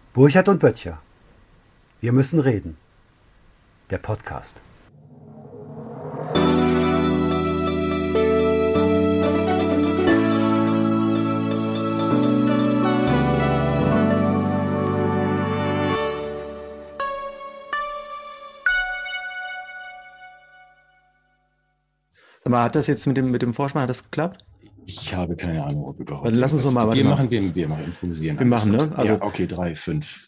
Burchard und Böttcher. Wir müssen reden. Der Podcast. Sag mal, hat das jetzt mit dem Vorspann, hat das geklappt? Ich habe keine Ahnung, ob überhaupt. Also lass uns doch mal wir machen improvisieren. Wir machen, ne? Also, ja, okay, 3, 5.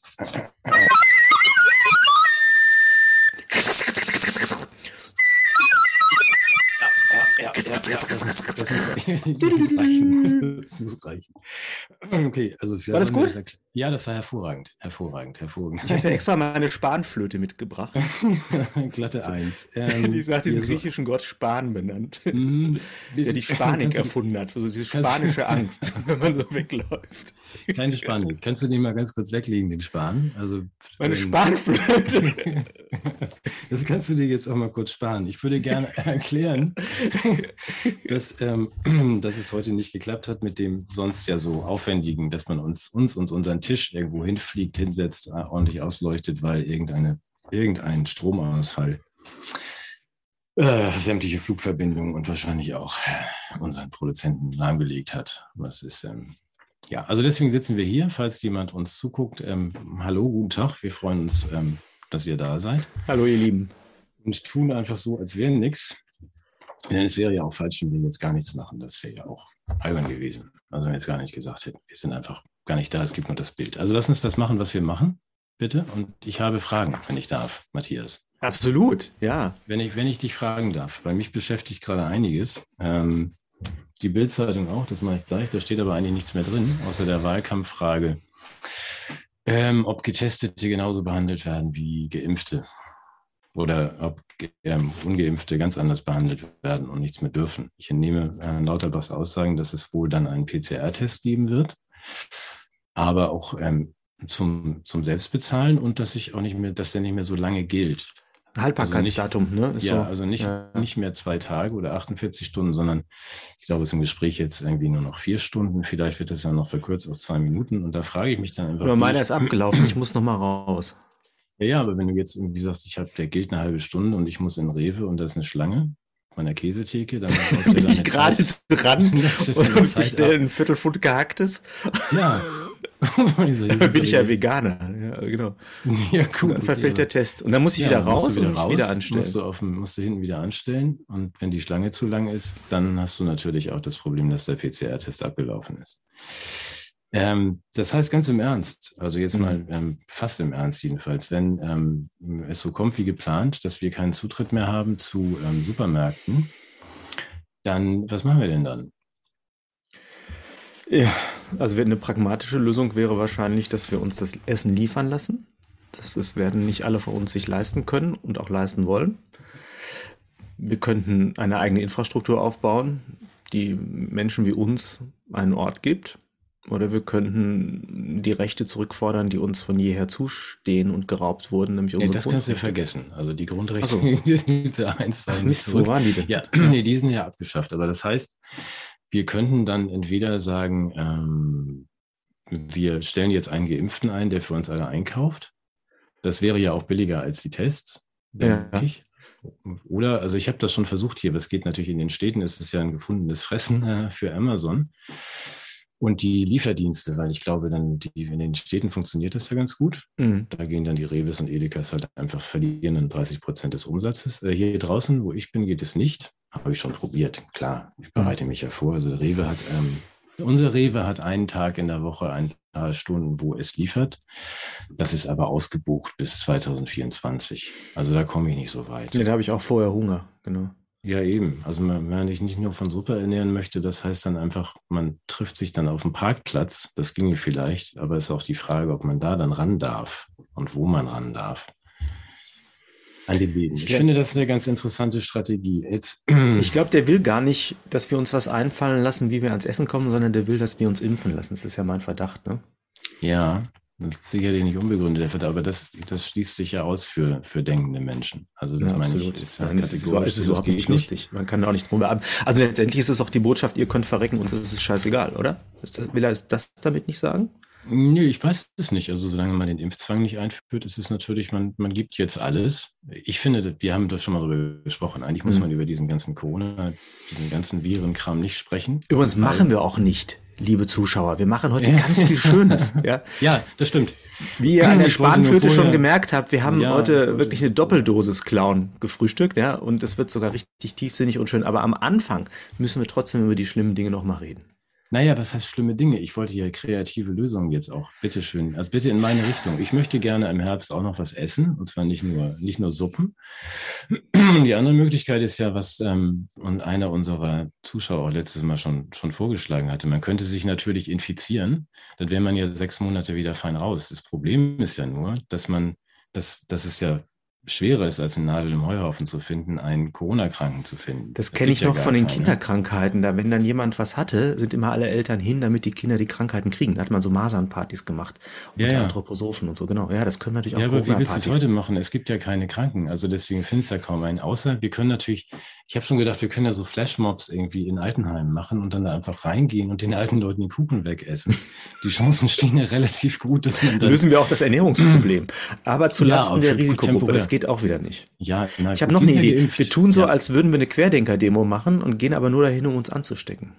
Das muss reichen. Okay, also war das gut? Ja, das war hervorragend. Hervorragend. Ich habe ja extra meine Spanflöte mitgebracht. Glatte 1. Die ist nach diesem griechischen Gott Span benannt. Der die Spanik erfunden hat, für so diese spanische Angst, wenn man so wegläuft. Keine Spanik. Kannst du den mal ganz kurz weglegen, den Span? Also, meine Spanflöte. Das kannst du dir jetzt auch mal kurz sparen. Ich würde gerne erklären, dass es heute nicht geklappt hat mit dem sonst ja so aufwendigen, dass man uns unseren Tisch irgendwo hinfliegt, hinsetzt, ordentlich ausleuchtet, weil irgendein Stromausfall sämtliche Flugverbindungen und wahrscheinlich auch unseren Produzenten lahmgelegt hat. Was ist ja, also deswegen sitzen wir hier, falls jemand uns zuguckt. Hallo, guten Tag, wir freuen uns, dass ihr da seid. Hallo, ihr Lieben. Und tun einfach so, als wäre nichts. Denn es wäre ja auch falsch, wenn wir jetzt gar nichts machen. Das wäre ja auch albern gewesen. Also wenn wir jetzt gar nicht gesagt hätten, wir sind einfach gar nicht da, es gibt nur das Bild. Also lass uns das machen, was wir machen, bitte. Und ich habe Fragen, wenn ich darf, Matthias. Absolut, ja. Wenn ich dich fragen darf, weil mich beschäftigt gerade einiges. Die Bild-Zeitung auch, das mache ich gleich, da steht aber eigentlich nichts mehr drin, außer der Wahlkampffrage, ob Getestete genauso behandelt werden wie Geimpfte oder ob Ungeimpfte ganz anders behandelt werden und nichts mehr dürfen. Ich entnehme Herrn Lauterbachs Aussagen, dass es wohl dann einen PCR-Test geben wird, aber auch zum Selbstbezahlen und dass der nicht mehr so lange gilt. Haltbarkeitsdatum, also ne? Ist ja, so. Also nicht mehr 2 Tage oder 48 Stunden, sondern ich glaube, es ist im Gespräch jetzt irgendwie nur noch 4 Stunden. Vielleicht wird das ja noch verkürzt auf 2 Minuten. Und da frage ich mich dann einfach. Oder meiner ist abgelaufen, ich muss noch mal raus. Ja, aber wenn du jetzt irgendwie sagst, der gilt eine halbe Stunde und ich muss in Rewe und da ist eine Schlange bei einer Käsetheke, dann bin ich gerade dran und bestelle ein Viertelpfund gehacktes. Ja. Dann bin ich ja Veganer. Ja, genau. Ja, gut. Dann verfällt der Test. Und dann muss ich wieder raus und wieder anstellen. Musst du hinten wieder anstellen. Und wenn die Schlange zu lang ist, dann hast du natürlich auch das Problem, dass der PCR-Test abgelaufen ist. Das heißt ganz im Ernst, also jetzt mal fast im Ernst jedenfalls, wenn es so kommt wie geplant, dass wir keinen Zutritt mehr haben zu Supermärkten, dann was machen wir denn dann? Ja, also eine pragmatische Lösung wäre wahrscheinlich, dass wir uns das Essen liefern lassen. Das werden nicht alle von uns sich leisten können und auch leisten wollen. Wir könnten eine eigene Infrastruktur aufbauen, die Menschen wie uns einen Ort gibt. Oder wir könnten die Rechte zurückfordern, die uns von jeher zustehen und geraubt wurden, nämlich unsere das kannst du ja vergessen. Also die Grundrechte, so. Die sind ja 1, 2 Mist, wo waren die denn? Ja, nee, die sind ja abgeschafft. Aber das heißt, wir könnten dann entweder sagen, wir stellen jetzt einen Geimpften ein, der für uns alle einkauft. Das wäre ja auch billiger als die Tests, denke ich. Oder, also ich habe das schon versucht hier, aber es geht natürlich in den Städten, es ist ja ein gefundenes Fressen für Amazon. Und die Lieferdienste, weil ich glaube, dann in den Städten funktioniert das ja ganz gut. Mhm. Da gehen dann die Rewes und Edekas halt einfach verlieren dann 30% des Umsatzes. Hier draußen, wo ich bin, geht es nicht. Habe ich schon probiert. Klar, ich bereite mich ja vor. Also unser Rewe hat einen Tag in der Woche, ein paar Stunden, wo es liefert. Das ist aber ausgebucht bis 2024. Also da komme ich nicht so weit. Nee, da habe ich auch vorher Hunger, genau. Ja, eben. Also wenn man sich nicht nur von Suppe ernähren möchte, das heißt dann einfach, man trifft sich dann auf dem Parkplatz. Das ginge vielleicht, aber es ist auch die Frage, ob man da dann ran darf und wo man ran darf. An die Läden. Ich finde, das ist eine ganz interessante Strategie. Ich glaube, der will gar nicht, dass wir uns was einfallen lassen, wie wir ans Essen kommen, sondern der will, dass wir uns impfen lassen. Das ist ja mein Verdacht, ne? Ja, das ist sicherlich nicht unbegründet, aber das schließt sich ja aus für denkende Menschen. Also das meine absolut. Ich, es ist überhaupt nicht lustig. Man kann auch nicht drum bearbeiten. Also letztendlich ist es auch die Botschaft, ihr könnt verrecken, uns ist es scheißegal, oder? Will er das damit nicht sagen? Nö, ich weiß es nicht. Also solange man den Impfzwang nicht einführt, ist es natürlich, man gibt jetzt alles. Ich finde, wir haben doch schon mal darüber gesprochen. Eigentlich muss man über diesen ganzen Corona, diesen ganzen Virenkram nicht sprechen. Übrigens machen wir auch nicht, liebe Zuschauer. Wir machen heute ganz viel Schönes. Ja, Ja, das stimmt. wie ihr an der Ich wollte nur Spanflöte schon vorher- gemerkt habt, wir haben Ja, ich heute wollte- wirklich eine Doppeldosis Clown gefrühstückt, ja, und es wird sogar richtig tiefsinnig und schön. Aber am Anfang müssen wir trotzdem über die schlimmen Dinge nochmal reden. Naja, was heißt schlimme Dinge? Ich wollte ja kreative Lösungen jetzt auch. Bitteschön. Also bitte in meine Richtung. Ich möchte gerne im Herbst auch noch was essen. Und zwar nicht nur Suppen. Die andere Möglichkeit ist ja, was und einer unserer Zuschauer auch letztes Mal schon vorgeschlagen hatte. Man könnte sich natürlich infizieren. Dann wäre man ja 6 Monate wieder fein raus. Das Problem ist ja nur, dass es ja schwerer ist, als eine Nadel im Heuhaufen zu finden, einen Corona-Kranken zu finden. Das Es kenne gibt ich ja noch gar von den keine. Kinderkrankheiten. Da, wenn dann jemand was hatte, sind immer alle Eltern hin, damit die Kinder die Krankheiten kriegen. Da hat man so Masernpartys gemacht Ja, unter ja. Anthroposophen und so. Genau. Ja, das können wir natürlich auch Ja, aber wie willst du es Corona-Partys. heute machen? Es gibt ja keine Kranken, also deswegen findest du ja kaum einen. Außer wir können natürlich, ich habe schon gedacht, wir können ja so Flashmobs irgendwie in Altenheimen machen und dann da einfach reingehen und den alten Leuten den Kuchen wegessen. Die Chancen stehen ja relativ gut, dass man dann, Lösen wir auch das Ernährungsproblem. Aber zu Ja, Lasten aber der für Risikogruppe. temporär. Das geht auch wieder nicht. ja, na, Ich habe gut, noch eine die sind ja Idee. geimpft. Wir tun so, Ja. als würden wir eine Querdenker-Demo machen und gehen aber nur dahin, um uns anzustecken.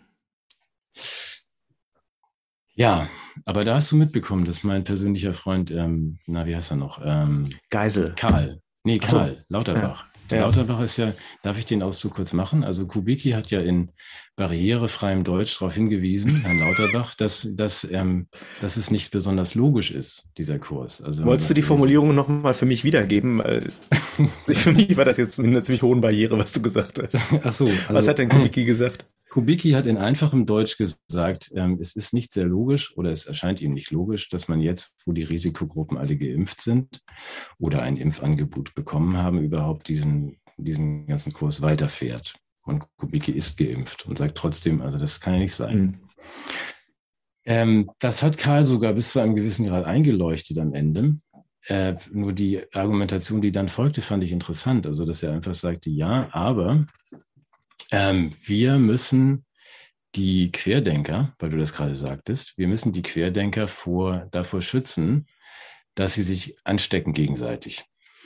Ja, aber da hast du mitbekommen, dass mein persönlicher Freund, wie heißt er noch? Geisel. Karl. Nee, Ach so. Karl Lauterbach. Der Ja. Lauterbach ist ja, darf ich den Auszug kurz machen? Also Kubicki hat ja in barrierefreiem Deutsch darauf hingewiesen, Herrn Lauterbach, dass es nicht besonders logisch ist, dieser Kurs. Also wenn man Wolltest du sagt, die Formulierung nochmal für mich wiedergeben? Weil für mich war das jetzt eine ziemlich hohe Barriere, was du gesagt hast. Ach so, Was also hat denn Kubicki gesagt? Kubicki hat in einfachem Deutsch gesagt, es ist nicht sehr logisch oder es erscheint ihm nicht logisch, dass man jetzt, wo die Risikogruppen alle geimpft sind oder ein Impfangebot bekommen haben, überhaupt diesen ganzen Kurs weiterfährt. Und Kubicki ist geimpft und sagt trotzdem, also das kann ja nicht sein. Das hat Karl sogar bis zu einem gewissen Grad eingeleuchtet am Ende. Nur die Argumentation, die dann folgte, fand ich interessant. Also, dass er einfach sagte, ja, aber wir müssen die Querdenker, weil du das gerade sagtest, wir müssen die Querdenker davor schützen, dass sie sich anstecken gegenseitig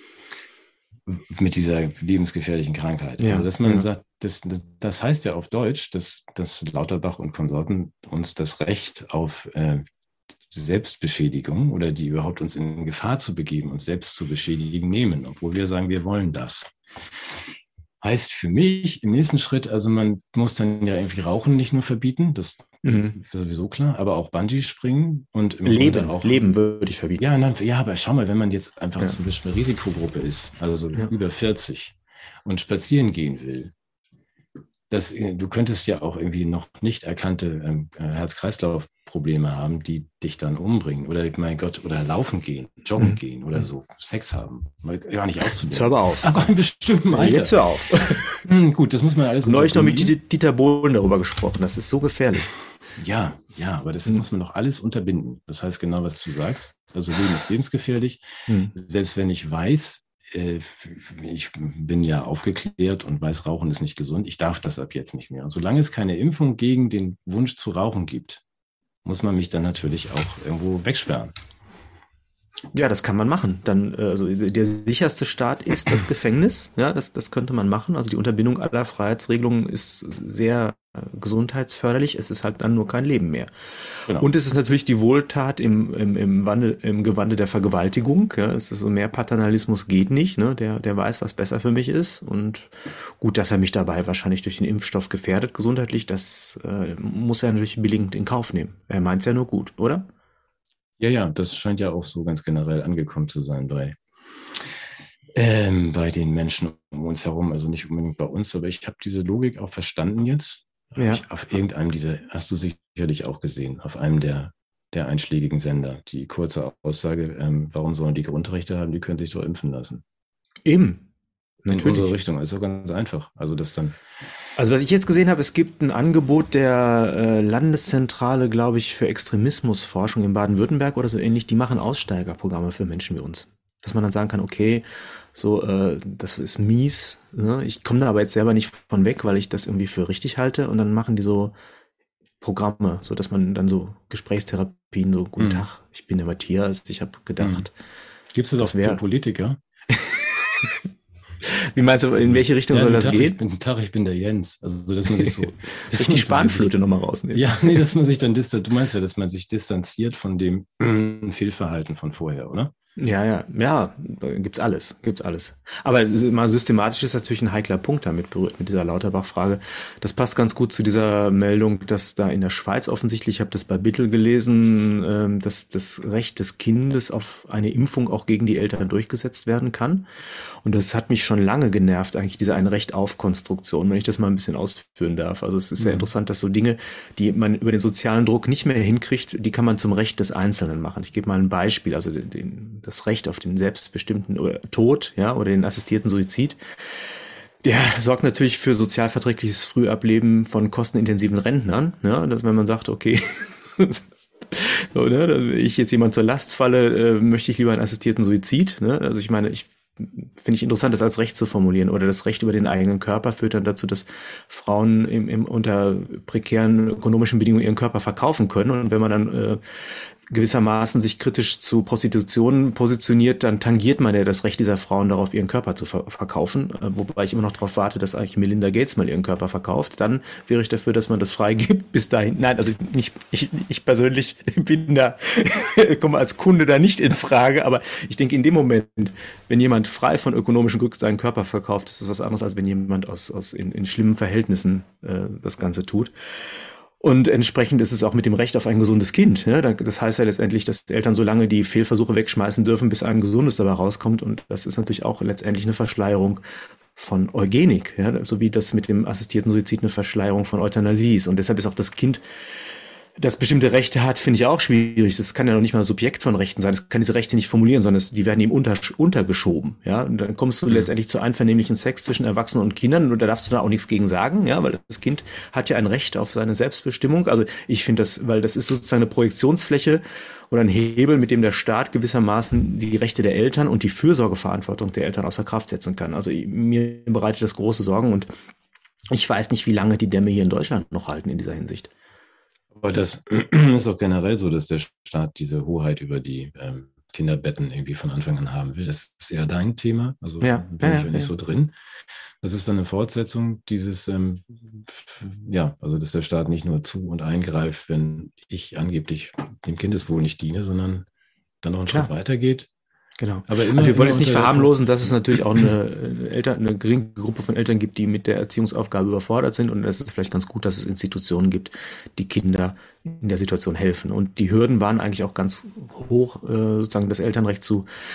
mit dieser lebensgefährlichen Krankheit. Ja, also dass man ja. sagt, das heißt ja auf Deutsch, dass Lauterbach und Konsorten uns das Recht auf Selbstbeschädigung oder die überhaupt uns in Gefahr zu begeben, uns selbst zu beschädigen, nehmen, obwohl wir sagen, wir wollen das. Heißt für mich im nächsten Schritt, also man muss dann ja irgendwie Rauchen nicht nur verbieten, das ist sowieso klar, aber auch Bungee-Springen und im Grunde auch Leben würde ich verbieten. Ja, aber schau mal, wenn man jetzt einfach zum Beispiel eine Risikogruppe ist, also so über 40 und spazieren gehen will, du könntest ja auch irgendwie noch nicht erkannte Herz-Kreislauf-Probleme haben, die dich dann umbringen. Oder, mein Gott, oder laufen gehen, joggen gehen oder so, Sex haben. Mal gar nicht Jetzt auszudenken. hör aber auf. Aber in bestimmtem Alter. Jetzt hör auf. Gut, das muss man alles Neulich noch mit unterbinden. Dieter Bohlen darüber gesprochen. Das ist so gefährlich. Ja, aber das muss man doch alles unterbinden. Das heißt genau, was du sagst. Also Leben ist lebensgefährlich. Selbst wenn ich weiß, ich bin ja aufgeklärt und weiß, Rauchen ist nicht gesund. Ich darf das ab jetzt nicht mehr. Und solange es keine Impfung gegen den Wunsch zu rauchen gibt, muss man mich dann natürlich auch irgendwo wegsperren. Ja, das kann man machen. Dann, also der sicherste Staat ist das Gefängnis. Ja, das könnte man machen. Also die Unterbindung aller Freiheitsregelungen ist sehr gesundheitsförderlich. Es ist halt dann nur kein Leben mehr. Genau. Und es ist natürlich die Wohltat im Gewande der Vergewaltigung. Ja, es ist so, mehr Paternalismus geht nicht. Ne? Der weiß, was besser für mich ist. Und gut, dass er mich dabei wahrscheinlich durch den Impfstoff gefährdet gesundheitlich, das muss er natürlich billigend in Kauf nehmen. Er meint es ja nur gut, oder? Ja, das scheint ja auch so ganz generell angekommen zu sein bei den Menschen um uns herum. Also nicht unbedingt bei uns, aber ich habe diese Logik auch verstanden jetzt. Ja. Auf irgendeinem hast du sicherlich auch gesehen, auf einem der einschlägigen Sender, die kurze Aussage, warum sollen die Grundrechte haben, die können sich doch impfen lassen. Eben. In Natürlich. unsere Richtung, also ganz einfach. Also das dann. Also was ich jetzt gesehen habe, es gibt ein Angebot der Landeszentrale, glaube ich, für Extremismusforschung in Baden-Württemberg oder so ähnlich. Die machen Aussteigerprogramme für Menschen wie uns. Dass man dann sagen kann, okay, so, das ist mies. Ne? Ich komme da aber jetzt selber nicht von weg, weil ich das irgendwie für richtig halte. Und dann machen die so Programme, so dass man dann so Gesprächstherapien, so guten Tag, ich bin der Matthias, ich habe gedacht, Gibt es das auch für Politiker? Wie meinst du, in welche Richtung soll das gehen? Ich bin der Jens. Also, dass man sich so. Dass ich die Spanflöte nochmal rausnehme. Ja, nee, dass man sich dann du meinst ja, dass man sich distanziert von dem Fehlverhalten von vorher, oder? Ja, gibt's alles. Aber mal systematisch ist natürlich ein heikler Punkt damit berührt, mit dieser Lauterbach-Frage. Das passt ganz gut zu dieser Meldung, dass da in der Schweiz offensichtlich, ich habe das bei Bittel gelesen, dass das Recht des Kindes auf eine Impfung auch gegen die Eltern durchgesetzt werden kann. Und das hat mich schon lange genervt, eigentlich diese eine Recht-auf-Konstruktion, wenn ich das mal ein bisschen ausführen darf. Also es ist sehr interessant, dass so Dinge, die man über den sozialen Druck nicht mehr hinkriegt, die kann man zum Recht des Einzelnen machen. Ich gebe mal ein Beispiel, also das Recht auf den selbstbestimmten Tod, ja, oder den assistierten Suizid, der sorgt natürlich für sozialverträgliches Frühableben von kostenintensiven Rentnern, ja, dass wenn man sagt, okay, so, ne, wenn ich jetzt jemand zur Last falle, möchte ich lieber einen assistierten Suizid, ne? Also ich meine, finde ich interessant, das als Recht zu formulieren, oder das Recht über den eigenen Körper führt dann dazu, dass Frauen unter prekären ökonomischen Bedingungen ihren Körper verkaufen können, und wenn man dann gewissermaßen sich kritisch zu Prostitution positioniert, dann tangiert man ja das Recht dieser Frauen darauf, ihren Körper zu verkaufen, wobei ich immer noch darauf warte, dass eigentlich Melinda Gates mal ihren Körper verkauft. Dann wäre ich dafür, dass man das freigibt. Bis dahin, nein, also ich persönlich komme als Kunde da nicht in Frage, aber ich denke, in dem Moment, wenn jemand frei von ökonomischem Glück seinen Körper verkauft, ist das was anderes, als wenn jemand in schlimmen Verhältnissen das Ganze tut. Und entsprechend ist es auch mit dem Recht auf ein gesundes Kind. Ne? Das heißt ja letztendlich, dass die Eltern so lange die Fehlversuche wegschmeißen dürfen, bis ein gesundes dabei rauskommt. Und das ist natürlich auch letztendlich eine Verschleierung von Eugenik, ja? So wie das mit dem assistierten Suizid eine Verschleierung von Euthanasie ist. Und deshalb ist auch das Kind, das bestimmte Rechte hat, finde ich auch schwierig. Das kann ja noch nicht mal Subjekt von Rechten sein. Das kann diese Rechte nicht formulieren, sondern die werden ihm untergeschoben. Ja, und dann kommst du letztendlich zu einvernehmlichen Sex zwischen Erwachsenen und Kindern, und da darfst du da auch nichts gegen sagen, ja, weil das Kind hat ja ein Recht auf seine Selbstbestimmung. Also ich finde das, weil das ist sozusagen eine Projektionsfläche oder ein Hebel, mit dem der Staat gewissermaßen die Rechte der Eltern und die Fürsorgeverantwortung der Eltern außer Kraft setzen kann. Also mir bereitet das große Sorgen, und ich weiß nicht, wie lange die Dämme hier in Deutschland noch halten in dieser Hinsicht. Aber das ist auch generell so, dass der Staat diese Hoheit über die Kinderbetten irgendwie von Anfang an haben will. Das ist eher dein Thema, also bin ich ja nicht so drin. Das ist dann eine Fortsetzung dieses, also dass der Staat nicht nur zu- und eingreift, wenn ich angeblich dem Kindeswohl nicht diene, sondern dann noch einen Schritt weiter geht. Genau. Aber also wir wollen jetzt nicht verharmlosen, dass es natürlich auch eine geringe Gruppe von Eltern gibt, die mit der Erziehungsaufgabe überfordert sind, und es ist vielleicht ganz gut, dass es Institutionen gibt, die Kinder in der Situation helfen. Und die Hürden waren eigentlich auch ganz hoch, sozusagen das Elternrecht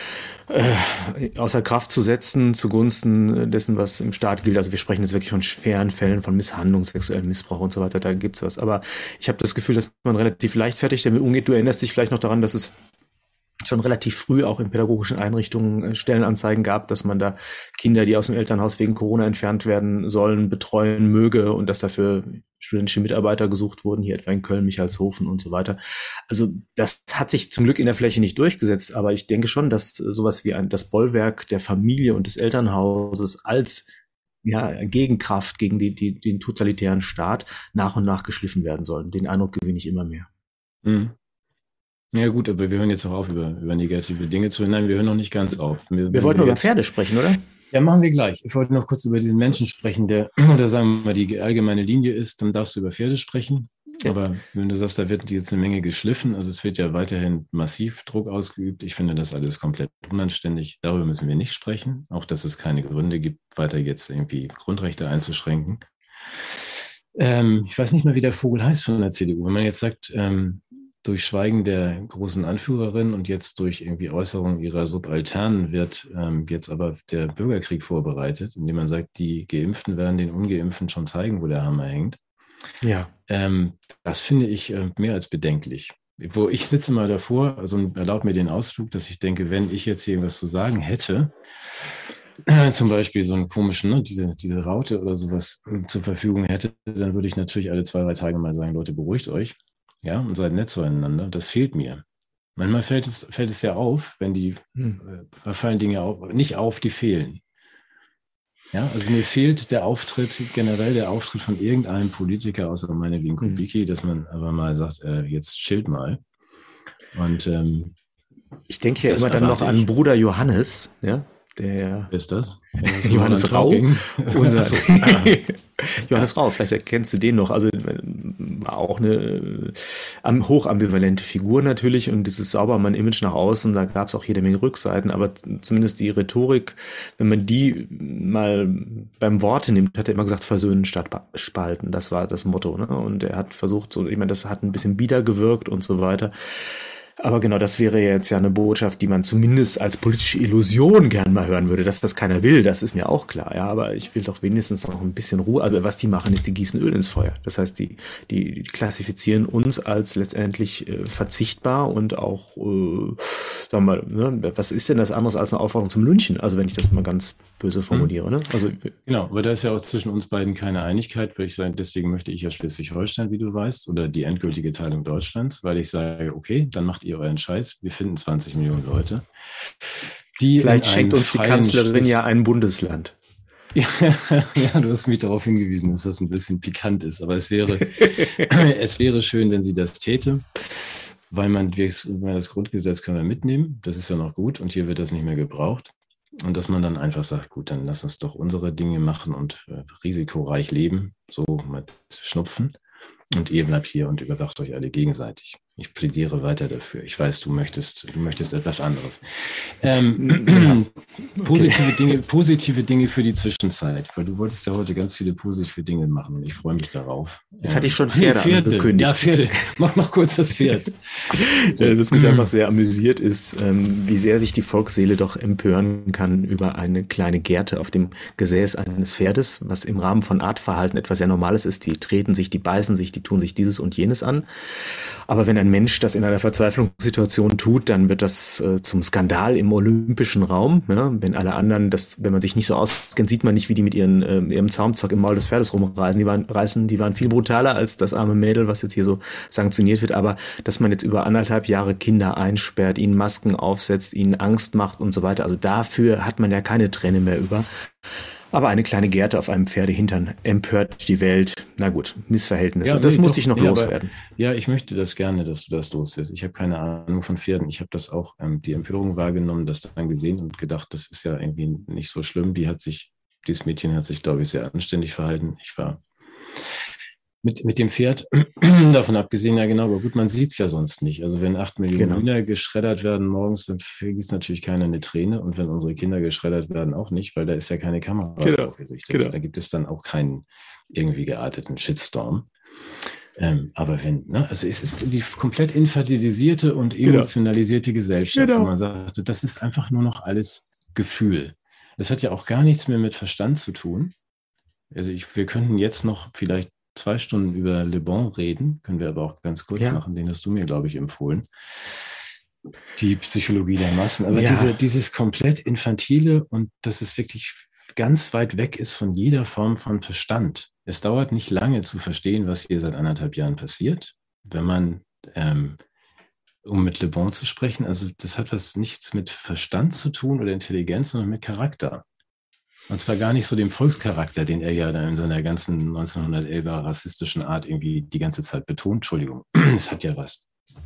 außer Kraft zu setzen zugunsten dessen, was im Staat gilt. Also wir sprechen jetzt wirklich von schweren Fällen von Misshandlung, sexuellem Missbrauch und so weiter, da gibt's was. Aber ich habe das Gefühl, dass man relativ leichtfertig damit umgeht. Du erinnerst dich vielleicht noch daran, dass es schon relativ früh auch in pädagogischen Einrichtungen Stellenanzeigen gab, dass man da Kinder, die aus dem Elternhaus wegen Corona entfernt werden sollen, betreuen möge, und dass dafür studentische Mitarbeiter gesucht wurden, hier etwa in Köln, Michaelshofen und so weiter. Also das hat sich zum Glück in der Fläche nicht durchgesetzt, aber ich denke schon, dass sowas wie das Bollwerk der Familie und des Elternhauses als Gegenkraft gegen den totalitären Staat nach und nach geschliffen werden sollen. Den Eindruck gewinne ich immer mehr. Mhm. Ja gut, aber wir hören jetzt noch auf, über negative Dinge zu reden. Nein, wir hören noch nicht ganz auf. Wir wollten über Pferde sprechen, oder? Ja, machen wir gleich. Ich wollte noch kurz über diesen Menschen sprechen, oder sagen wir mal, die allgemeine Linie ist, dann darfst du über Pferde sprechen. Ja. Aber wenn du sagst, da wird jetzt eine Menge geschliffen, also es wird ja weiterhin massiv Druck ausgeübt. Ich finde das alles komplett unanständig. Darüber müssen wir nicht sprechen. Auch, dass es keine Gründe gibt, weiter jetzt irgendwie Grundrechte einzuschränken. Ich weiß nicht mal, wie der Vogel heißt von der CDU. Wenn man jetzt sagt, durch Schweigen der großen Anführerin und jetzt durch irgendwie Äußerungen ihrer Subalternen wird jetzt aber der Bürgerkrieg vorbereitet, indem man sagt, die Geimpften werden den Ungeimpften schon zeigen, wo der Hammer hängt. Ja. Das finde ich mehr als bedenklich. Ich sitze mal davor, also erlaubt mir den Ausflug, dass ich denke, wenn ich jetzt hier irgendwas zu sagen hätte, zum Beispiel so einen komischen, diese Raute oder sowas zur Verfügung hätte, dann würde ich natürlich alle 2-3 Tage mal sagen, Leute, beruhigt euch. Ja, und seid nett zueinander. Das fehlt mir. Manchmal fällt es ja auf, wenn fallen Dinge nicht auf, die fehlen. Ja, also mir fehlt generell der Auftritt von irgendeinem Politiker, außer meinetwegen Kubicki, dass man aber mal sagt, jetzt chillt mal. Und ich denke ja immer dann noch an Bruder Johannes, ja, der wer ist das? Johannes Rau, Johannes Rau, vielleicht erkennst du den noch, also auch eine hochambivalente Figur natürlich und dieses Saubermann-Image nach außen, da gab es auch jede Menge Rückseiten, aber zumindest die Rhetorik, wenn man die mal beim Worte nimmt, hat er immer gesagt, versöhnen statt spalten, das war das Motto, ne? Und er hat versucht, so, ich meine, das hat ein bisschen bieder gewirkt und so weiter. Aber genau, das wäre jetzt ja eine Botschaft, die man zumindest als politische Illusion gern mal hören würde. Dass das keiner will, das ist mir auch klar. Ja, aber ich will doch wenigstens noch ein bisschen Ruhe. Also was die machen, ist, die gießen Öl ins Feuer. Das heißt, die klassifizieren uns als letztendlich verzichtbar und auch, sagen wir mal, ne, was ist denn das anderes als eine Aufforderung zum Lynchen? Also wenn ich das mal ganz böse formuliere. Ne? Also genau, aber da ist ja auch zwischen uns beiden keine Einigkeit, würde ich sagen. Deswegen möchte ich ja Schleswig-Holstein, wie du weißt, oder die endgültige Teilung Deutschlands, weil ich sage, okay, dann macht ihr euren Scheiß. Wir finden 20 Millionen Leute. Vielleicht schenkt uns die Kanzlerin ja ein Bundesland. Ja, du hast mich darauf hingewiesen, dass das ein bisschen pikant ist. Aber es wäre schön, wenn sie das täte, weil das Grundgesetz können wir mitnehmen. Das ist ja noch gut und hier wird das nicht mehr gebraucht. Und dass man dann einfach sagt, gut, dann lass uns doch unsere Dinge machen und risikoreich leben, so mit Schnupfen. Und ihr bleibt hier und überwacht euch alle gegenseitig. Ich plädiere weiter dafür. Ich weiß, du möchtest etwas anderes. Positive Dinge für die Zwischenzeit, weil du wolltest ja heute ganz viele positive Dinge machen und ich freue mich darauf. Jetzt hatte ich schon Pferde angekündigt. Ja, Pferde. Mach noch kurz das Pferd. Was mich einfach sehr amüsiert ist, wie sehr sich die Volksseele doch empören kann über eine kleine Gerte auf dem Gesäß eines Pferdes, was im Rahmen von Artverhalten etwas sehr Normales ist. Die treten sich, die beißen sich, die tun sich dieses und jenes an. Aber wenn ein Mensch das in einer Verzweiflungssituation tut, dann wird das zum Skandal im olympischen Raum. Ja? Wenn alle anderen, wenn man sich nicht so auskennt, sieht man nicht, wie die mit ihrem Zaumzeug im Maul des Pferdes rumreißen. Die waren viel brutaler als das arme Mädel, was jetzt hier so sanktioniert wird. Aber dass man jetzt über 1,5 Jahre Kinder einsperrt, ihnen Masken aufsetzt, ihnen Angst macht und so weiter, also dafür hat man ja keine Träne mehr über. Aber eine kleine Gerte auf einem Pferdehintern empört die Welt. Na gut, Missverhältnisse. Ja, das musste ich noch loswerden. Ja, ich möchte das gerne, dass du das loswirst. Ich habe keine Ahnung von Pferden. Ich habe das auch, die Empörung wahrgenommen, das dann gesehen und gedacht, das ist ja irgendwie nicht so schlimm. Dieses Mädchen hat sich, glaube ich, sehr anständig verhalten. Ich war mit dem Pferd, davon abgesehen, ja genau, aber gut, man sieht es ja sonst nicht. Also wenn 8 Millionen Hühner geschreddert werden morgens, dann vergisst natürlich keiner eine Träne und wenn unsere Kinder geschreddert werden, auch nicht, weil da ist ja keine Kamera drauf gerichtet. Da gibt es dann auch keinen irgendwie gearteten Shitstorm. Aber also es ist die komplett infantilisierte und emotionalisierte Gesellschaft, wo man sagt, das ist einfach nur noch alles Gefühl. Das hat ja auch gar nichts mehr mit Verstand zu tun. Also wir könnten jetzt noch vielleicht 2 Stunden über Le Bon reden, können wir aber auch ganz kurz machen, den hast du mir, glaube ich, empfohlen. Die Psychologie der Massen. Aber dieses komplett Infantile und dass es wirklich ganz weit weg ist von jeder Form von Verstand. Es dauert nicht lange zu verstehen, was hier seit 1,5 Jahren passiert, wenn man, um mit Le Bon zu sprechen, also das hat nichts mit Verstand zu tun oder Intelligenz, sondern mit Charakter. Und zwar gar nicht so dem Volkscharakter, den er ja dann in seiner ganzen 1911er rassistischen Art irgendwie die ganze Zeit betont. Entschuldigung, es hat ja was.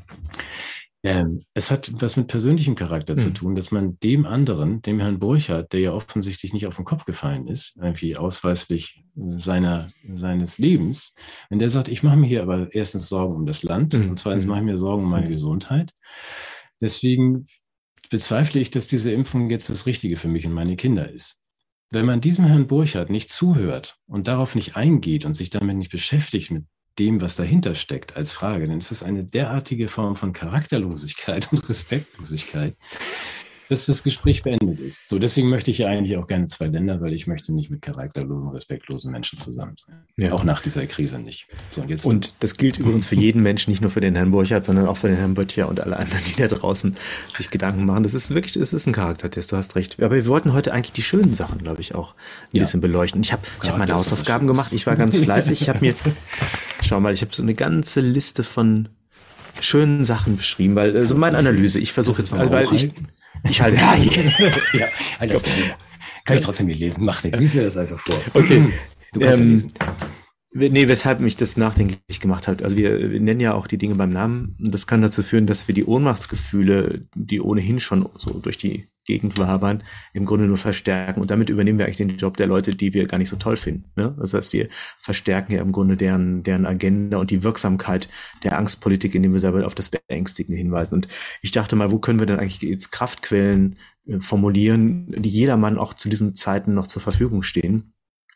Es hat was mit persönlichem Charakter zu tun, dass man dem anderen, dem Herrn Burchardt, der ja offensichtlich nicht auf den Kopf gefallen ist, irgendwie ausweislich seines Lebens, wenn der sagt, ich mache mir hier aber erstens Sorgen um das Land und zweitens mache ich mir Sorgen um meine Gesundheit. Deswegen bezweifle ich, dass diese Impfung jetzt das Richtige für mich und meine Kinder ist. Wenn man diesem Herrn Burchardt nicht zuhört und darauf nicht eingeht und sich damit nicht beschäftigt mit dem, was dahinter steckt als Frage, dann ist das eine derartige Form von Charakterlosigkeit und Respektlosigkeit, dass das Gespräch beendet ist. So, deswegen möchte ich ja eigentlich auch gerne 2 Länder, weil ich möchte nicht mit charakterlosen, respektlosen Menschen zusammen sein. Ja. Auch nach dieser Krise nicht. So, und das gilt übrigens für jeden Menschen, nicht nur für den Herrn Burchardt, sondern auch für den Herrn Böttcher und alle anderen, die da draußen sich Gedanken machen. Das ist ein Charaktertest, du hast recht. Aber wir wollten heute eigentlich die schönen Sachen, glaube ich, auch ein bisschen beleuchten. Ich hab meine Hausaufgaben gemacht, ich war ganz fleißig. Ich habe so eine ganze Liste von schönen Sachen beschrieben, weil meine Analyse, ich versuche jetzt, weil ich halte. Kann ich trotzdem nicht lesen. Mach nichts. Lies mir das einfach vor. Okay. Du kannst ja lesen. Nee, weshalb mich das nachdenklich gemacht hat. Also wir nennen ja auch die Dinge beim Namen. Und das kann dazu führen, dass wir die Ohnmachtsgefühle, die ohnehin schon so durch die Gegend wabern, im Grunde nur verstärken. Und damit übernehmen wir eigentlich den Job der Leute, die wir gar nicht so toll finden. Ne? Das heißt, wir verstärken ja im Grunde deren Agenda und die Wirksamkeit der Angstpolitik, indem wir selber auf das Beängstigende hinweisen. Und ich dachte mal, wo können wir denn eigentlich jetzt Kraftquellen formulieren, die jedermann auch zu diesen Zeiten noch zur Verfügung stehen,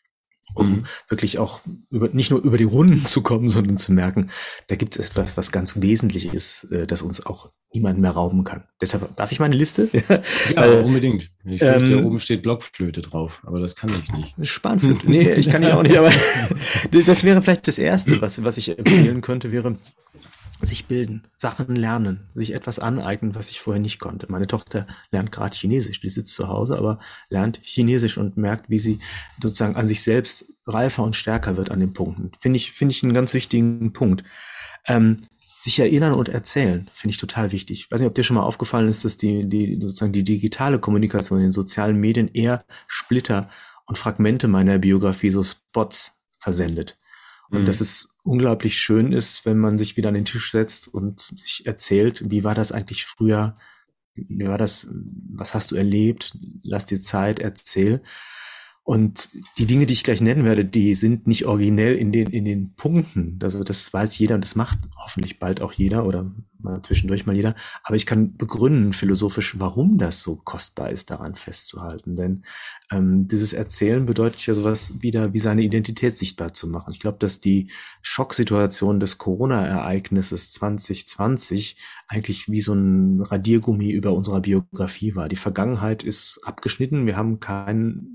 um wirklich auch nicht nur über die Runden zu kommen, sondern zu merken, da gibt es etwas, was ganz wesentlich ist, das uns auch niemand mehr rauben kann. Deshalb darf ich meine Liste? Ja, unbedingt. Ich fürchte, oben steht Blockflöte drauf, aber das kann ich nicht. Spanflöte. Nee, ich kann die auch nicht, aber das wäre vielleicht das Erste, was ich empfehlen könnte, wäre sich bilden, Sachen lernen, sich etwas aneignen, was ich vorher nicht konnte. Meine Tochter lernt gerade Chinesisch, die sitzt zu Hause, aber lernt Chinesisch und merkt, wie sie sozusagen an sich selbst reifer und stärker wird an den Punkten. Finde ich einen ganz wichtigen Punkt. Sich erinnern und erzählen, finde ich total wichtig. Ich weiß nicht, ob dir schon mal aufgefallen ist, dass die digitale Kommunikation in den sozialen Medien eher Splitter und Fragmente meiner Biografie, so Spots versendet. Und dass es unglaublich schön ist, wenn man sich wieder an den Tisch setzt und sich erzählt, wie war das eigentlich früher, wie war das, was hast du erlebt, lass dir Zeit, erzähl. Und die Dinge, die ich gleich nennen werde, die sind nicht originell in den Punkten. Also das weiß jeder und das macht hoffentlich bald auch jeder oder mal zwischendurch mal jeder. Aber ich kann begründen philosophisch, warum das so kostbar ist, daran festzuhalten. Denn dieses Erzählen bedeutet ja sowas wieder, wie seine Identität sichtbar zu machen. Ich glaube, dass die Schocksituation des Corona-Ereignisses 2020 eigentlich wie so ein Radiergummi über unserer Biografie war. Die Vergangenheit ist abgeschnitten. Wir haben keinen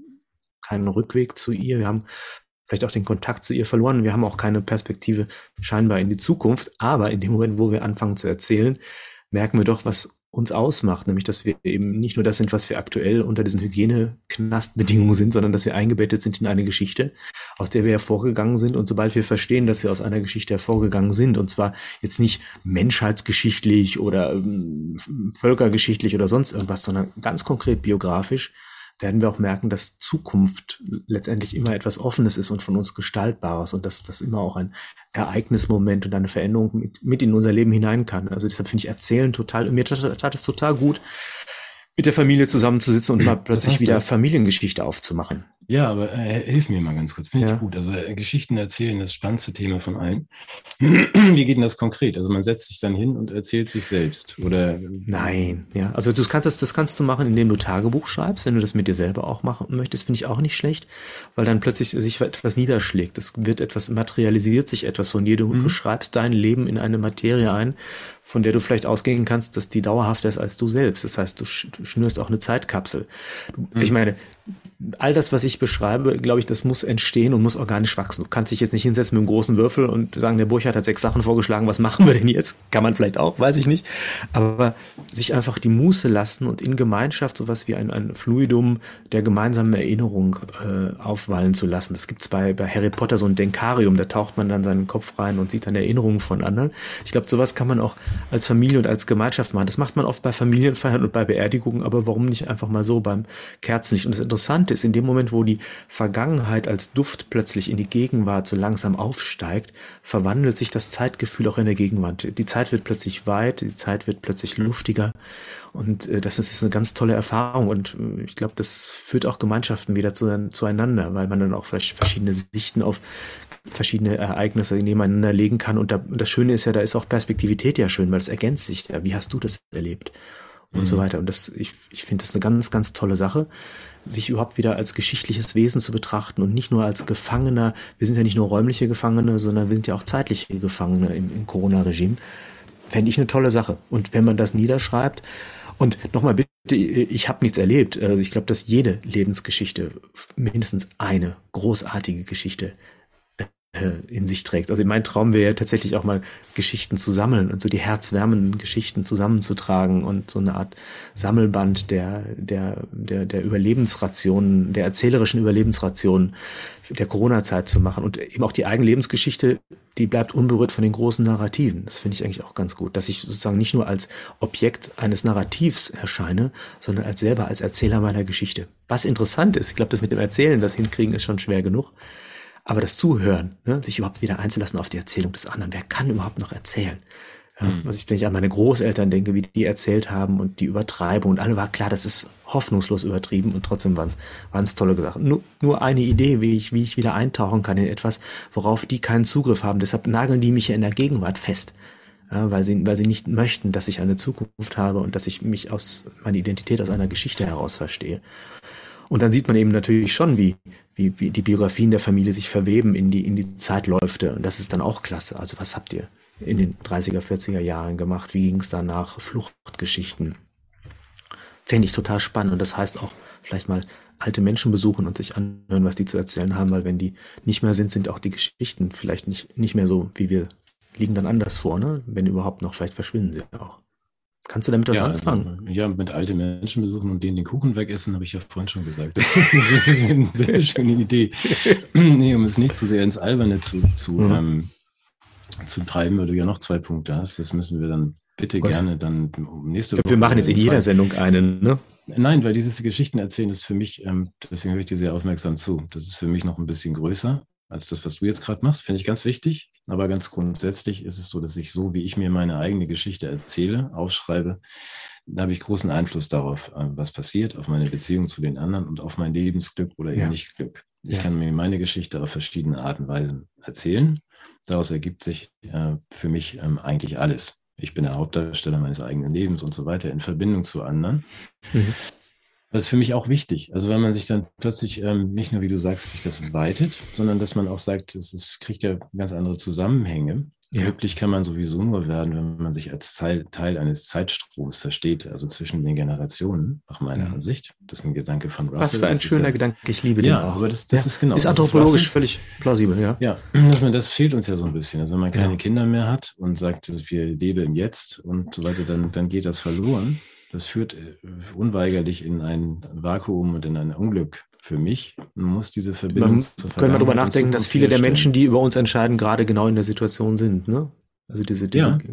Rückweg zu ihr. Wir haben vielleicht auch den Kontakt zu ihr verloren. Wir haben auch keine Perspektive scheinbar in die Zukunft. Aber in dem Moment, wo wir anfangen zu erzählen, merken wir doch, was uns ausmacht. Nämlich, dass wir eben nicht nur das sind, was wir aktuell unter diesen Hygieneknastbedingungen sind, sondern dass wir eingebettet sind in eine Geschichte, aus der wir hervorgegangen sind. Und sobald wir verstehen, dass wir aus einer Geschichte hervorgegangen sind, und zwar jetzt nicht menschheitsgeschichtlich oder völkergeschichtlich oder sonst irgendwas, sondern ganz konkret biografisch, werden wir auch merken, dass Zukunft letztendlich immer etwas Offenes ist und von uns Gestaltbares und dass das immer auch ein Ereignismoment und eine Veränderung mit in unser Leben hinein kann. Also deshalb finde ich Erzählen total, mir tat es total gut, mit der Familie zusammenzusitzen und mal plötzlich wieder Familiengeschichte aufzumachen. Ja, aber hilf mir mal ganz kurz, finde ich gut. Also Geschichten erzählen, das spannendste Thema von allen. Wie geht denn das konkret? Also man setzt sich dann hin und erzählt sich selbst, oder? Nein, ja. Also das kannst du machen, indem du Tagebuch schreibst, wenn du das mit dir selber auch machen möchtest, finde ich auch nicht schlecht, weil dann plötzlich sich etwas niederschlägt. Es wird etwas, materialisiert sich etwas von dir. Du schreibst dein Leben in eine Materie ein, von der du vielleicht ausgehen kannst, dass die dauerhafter ist als du selbst. Das heißt, du schnürst auch eine Zeitkapsel. Ich meine, all das, was ich beschreibe, glaube ich, das muss entstehen und muss organisch wachsen. Du kannst dich jetzt nicht hinsetzen mit einem großen Würfel und sagen, der Burchard hat 6 Sachen vorgeschlagen, was machen wir denn jetzt? Kann man vielleicht auch, weiß ich nicht. Aber sich einfach die Muße lassen und in Gemeinschaft sowas wie ein Fluidum der gemeinsamen Erinnerung aufwallen zu lassen. Das gibt's bei Harry Potter, so ein Denkarium, da taucht man dann seinen Kopf rein und sieht dann Erinnerungen von anderen. Ich glaube, sowas kann man auch als Familie und als Gemeinschaft machen. Das macht man oft bei Familienfeiern und bei Beerdigungen, aber warum nicht einfach mal so beim Kerzenlicht? Und das Interessante ist, in dem Moment, wo die Vergangenheit als Duft plötzlich in die Gegenwart so langsam aufsteigt, verwandelt sich das Zeitgefühl auch in der Gegenwart. Die Zeit wird plötzlich weit, die Zeit wird plötzlich luftiger und das ist eine ganz tolle Erfahrung und ich glaube, das führt auch Gemeinschaften wieder zueinander, weil man dann auch vielleicht verschiedene Sichten auf verschiedene Ereignisse nebeneinander legen kann und das Schöne ist ja, da ist auch Perspektivität ja schön, weil es ergänzt sich ja. Wie hast du das erlebt? Und so weiter. Und ich finde das eine ganz, ganz tolle Sache, sich überhaupt wieder als geschichtliches Wesen zu betrachten und nicht nur als Gefangener. Wir sind ja nicht nur räumliche Gefangene, sondern wir sind ja auch zeitliche Gefangene im Corona-Regime. Fände ich eine tolle Sache. Und wenn man das niederschreibt, und nochmal bitte, ich habe nichts erlebt. Ich glaube, dass jede Lebensgeschichte mindestens eine großartige Geschichte in sich trägt. Also mein Traum wäre ja tatsächlich auch mal Geschichten zu sammeln und so die herzwärmenden Geschichten zusammenzutragen und so eine Art Sammelband der Überlebensrationen, der erzählerischen Überlebensrationen der Corona-Zeit zu machen und eben auch die eigene Lebensgeschichte, die bleibt unberührt von den großen Narrativen. Das finde ich eigentlich auch ganz gut, dass ich sozusagen nicht nur als Objekt eines Narrativs erscheine, sondern selber als Erzähler meiner Geschichte. Was interessant ist, ich glaube, das mit dem Erzählen, das hinkriegen, ist schon schwer genug. Aber das Zuhören, ne, sich überhaupt wieder einzulassen auf die Erzählung des anderen, wer kann überhaupt noch erzählen? Was ich, wenn ich an meine Großeltern denke, wie die erzählt haben und die Übertreibung und alle war klar, das ist hoffnungslos übertrieben und trotzdem waren es tolle Sachen. Nur eine Idee, wie ich wieder eintauchen kann in etwas, worauf die keinen Zugriff haben. Deshalb nageln die mich ja in der Gegenwart fest, ja, weil sie nicht möchten, dass ich eine Zukunft habe und dass ich meine Identität aus einer Geschichte heraus verstehe. Und dann sieht man eben natürlich schon, wie die Biografien der Familie sich verweben in die Zeitläufe. Und das ist dann auch klasse. Also was habt ihr in den 30er, 40er Jahren gemacht? Wie ging es danach? Fluchtgeschichten. Fände ich total spannend. Und das heißt auch vielleicht mal alte Menschen besuchen und sich anhören, was die zu erzählen haben. Weil wenn die nicht mehr sind auch die Geschichten vielleicht nicht mehr so, wie wir liegen dann anders vor. Ne? Wenn überhaupt noch, vielleicht verschwinden sie auch. Kannst du damit was anfangen? Also, ja, mit alten Menschen besuchen und denen den Kuchen wegessen, habe ich ja vorhin schon gesagt. Das ist eine sehr schöne Idee. Nee, um es nicht zu sehr ins Alberne zu treiben, weil du ja noch 2 Punkte hast. Das müssen wir dann bitte gerne dann nächste Woche. Wir machen jetzt in jeder Sendung einen, ne? Nein, weil dieses Geschichten erzählen ist für mich, deswegen höre ich dir sehr aufmerksam zu. Das ist für mich noch ein bisschen größer als das, was du jetzt gerade machst. Finde ich ganz wichtig. Aber ganz grundsätzlich ist es so, dass ich so, wie ich mir meine eigene Geschichte erzähle, aufschreibe, da habe ich großen Einfluss darauf, was passiert, auf meine Beziehung zu den anderen und auf mein Lebensglück oder eben nicht Glück. Ich kann mir meine Geschichte auf verschiedene Arten und Weisen erzählen. Daraus ergibt sich für mich eigentlich alles. Ich bin der Hauptdarsteller meines eigenen Lebens und so weiter in Verbindung zu anderen. Das ist für mich auch wichtig. Also wenn man sich dann plötzlich nicht nur, wie du sagst, sich das weitet, sondern dass man auch sagt, kriegt ja ganz andere Zusammenhänge. Ja. Glücklich kann man sowieso nur werden, wenn man sich als Teil eines Zeitstroms versteht, also zwischen den Generationen, nach meiner Ansicht. Das ist ein Gedanke von Russell. Was für ein schöner Gedanke, ich liebe den auch. Aber das ist genau. Ist anthropologisch völlig plausibel, ja. Ja, das fehlt uns ja so ein bisschen. Also wenn man keine Kinder mehr hat und sagt, wir leben im Jetzt und so weiter, dann geht das verloren. Das führt unweigerlich in ein Vakuum und in ein Unglück für mich. Man muss diese Verbindung zur Vergangenheit. Können wir darüber nachdenken, dass viele der Menschen, die über uns entscheiden, gerade genau in der Situation sind, ne? Also diese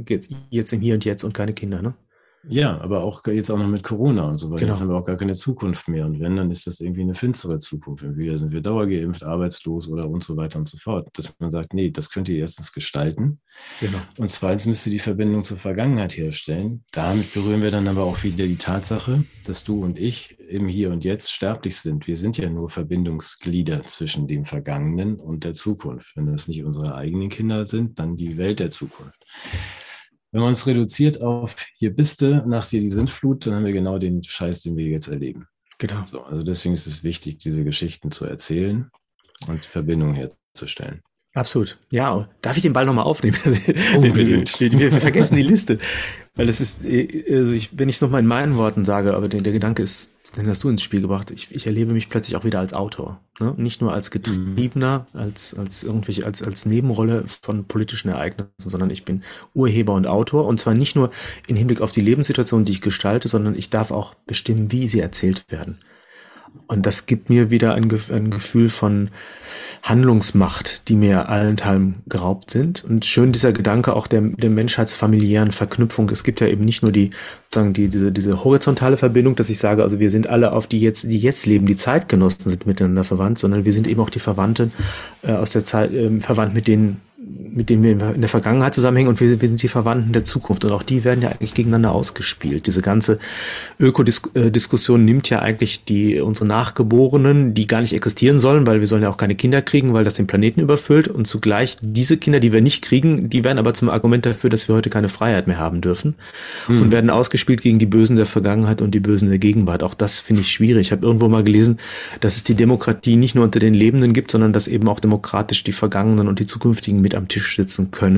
jetzt im Hier und Jetzt und keine Kinder, ne? Ja, aber auch jetzt auch noch mit Corona und so weiter. Genau. Jetzt haben wir auch gar keine Zukunft mehr. Und wenn, dann ist das irgendwie eine finstere Zukunft. Entweder sind wir dauergeimpft, arbeitslos oder und so weiter und so fort. Dass man sagt, nee, das könnt ihr erstens gestalten. Genau. Und zweitens müsst ihr die Verbindung zur Vergangenheit herstellen. Damit berühren wir dann aber auch wieder die Tatsache, dass du und ich im Hier und Jetzt sterblich sind. Wir sind ja nur Verbindungsglieder zwischen dem Vergangenen und der Zukunft. Wenn das nicht unsere eigenen Kinder sind, dann die Welt der Zukunft. Wenn man uns reduziert auf, hier bist du, nach dir die Sintflut, dann haben wir genau den Scheiß, den wir jetzt erleben. Genau. So, also deswegen ist es wichtig, diese Geschichten zu erzählen und Verbindungen herzustellen. Absolut. Ja, darf ich den Ball nochmal aufnehmen? Unbedingt. Wir vergessen die Liste. Weil es ist, also wenn ich es nochmal in meinen Worten sage, aber der Gedanke ist, den hast du ins Spiel gebracht, ich erlebe mich plötzlich auch wieder als Autor. Ne? Nicht nur als Getriebener, als Nebenrolle von politischen Ereignissen, sondern ich bin Urheber und Autor. Und zwar nicht nur im Hinblick auf die Lebenssituation, die ich gestalte, sondern ich darf auch bestimmen, wie sie erzählt werden. Und das gibt mir wieder ein Gefühl von Handlungsmacht, die mir allenthalben geraubt sind. Und schön dieser Gedanke auch der menschheitsfamiliären Verknüpfung. Es gibt ja eben nicht nur diese horizontale Verbindung, dass ich sage, also wir sind alle die jetzt leben, die Zeitgenossen sind miteinander verwandt, sondern wir sind eben auch die Verwandten aus der Zeit, verwandt mit denen wir in der Vergangenheit zusammenhängen und wir sind die Verwandten der Zukunft und auch die werden ja eigentlich gegeneinander ausgespielt. Diese ganze Ökodiskussion nimmt ja eigentlich unsere Nachgeborenen, die gar nicht existieren sollen, weil wir sollen ja auch keine Kinder kriegen, weil das den Planeten überfüllt und zugleich diese Kinder, die wir nicht kriegen, die werden aber zum Argument dafür, dass wir heute keine Freiheit mehr haben dürfen und werden ausgespielt gegen die Bösen der Vergangenheit und die Bösen der Gegenwart. Auch das finde ich schwierig. Ich habe irgendwo mal gelesen, dass es die Demokratie nicht nur unter den Lebenden gibt, sondern dass eben auch demokratisch die Vergangenen und die Zukünftigen mit am Tisch sitzen können.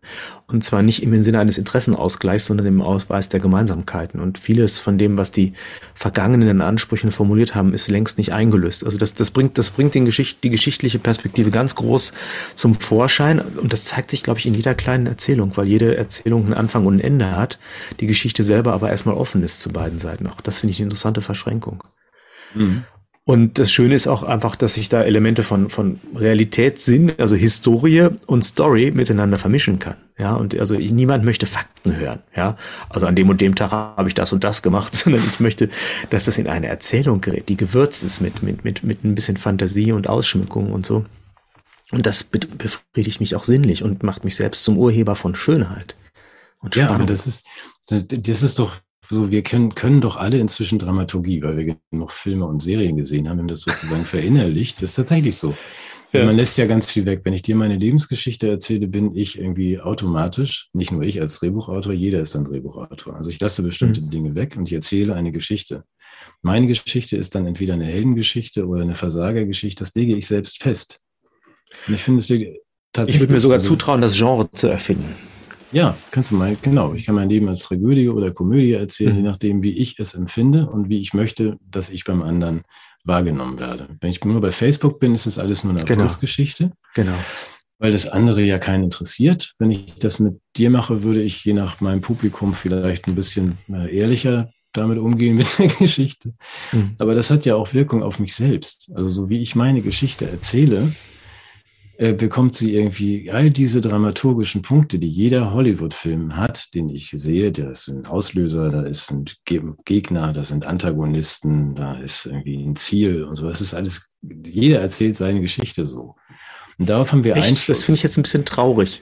Und zwar nicht im Sinne eines Interessenausgleichs, sondern im Ausweis der Gemeinsamkeiten. Und vieles von dem, was die vergangenen Ansprüchen formuliert haben, ist längst nicht eingelöst. Also das bringt die geschichtliche Perspektive ganz groß zum Vorschein. Und das zeigt sich, glaube ich, in jeder kleinen Erzählung, weil jede Erzählung einen Anfang und ein Ende hat, die Geschichte selber aber erstmal offen ist zu beiden Seiten. Auch das finde ich eine interessante Verschränkung. Mhm. Und das Schöne ist auch einfach, dass ich da Elemente von Realität, Sinn, also Historie und Story miteinander vermischen kann. Ja, und also niemand möchte Fakten hören. Ja, also an dem und dem Tag habe ich das und das gemacht, sondern ich möchte, dass das in eine Erzählung gerät, die gewürzt ist mit ein bisschen Fantasie und Ausschmückung und so. Und das befriedigt mich auch sinnlich und macht mich selbst zum Urheber von Schönheit und Spannung. Ja, aber das ist doch so, wir können doch alle inzwischen Dramaturgie, weil wir genug Filme und Serien gesehen haben, das sozusagen verinnerlicht. Das ist tatsächlich so. Ja. Man lässt ja ganz viel weg. Wenn ich dir meine Lebensgeschichte erzähle, bin ich irgendwie automatisch, nicht nur ich als Drehbuchautor, jeder ist ein Drehbuchautor. Also ich lasse bestimmte Dinge weg und ich erzähle eine Geschichte. Meine Geschichte ist dann entweder eine Heldengeschichte oder eine Versagergeschichte. Das lege ich selbst fest. Und ich finde es tatsächlich. Ich würde mir sogar zutrauen, das Genre zu erfinden. Ja, kannst du mal, genau. Ich kann mein Leben als Tragödie oder Komödie erzählen, je nachdem, wie ich es empfinde und wie ich möchte, dass ich beim anderen wahrgenommen werde. Wenn ich nur bei Facebook bin, ist das alles nur eine Erfolgsgeschichte. Genau. Weil das andere ja keinen interessiert. Wenn ich das mit dir mache, würde ich je nach meinem Publikum vielleicht ein bisschen ehrlicher damit umgehen mit der Geschichte. Aber das hat ja auch Wirkung auf mich selbst. Also so wie ich meine Geschichte erzähle, bekommt sie irgendwie all diese dramaturgischen Punkte, die jeder Hollywood-Film hat, den ich sehe. Da ist ein Auslöser, da ist ein Gegner, da sind Antagonisten, da ist irgendwie ein Ziel und so. Das ist alles, jeder erzählt seine Geschichte so. Und darauf haben wir Einfluss. Das finde ich jetzt ein bisschen traurig.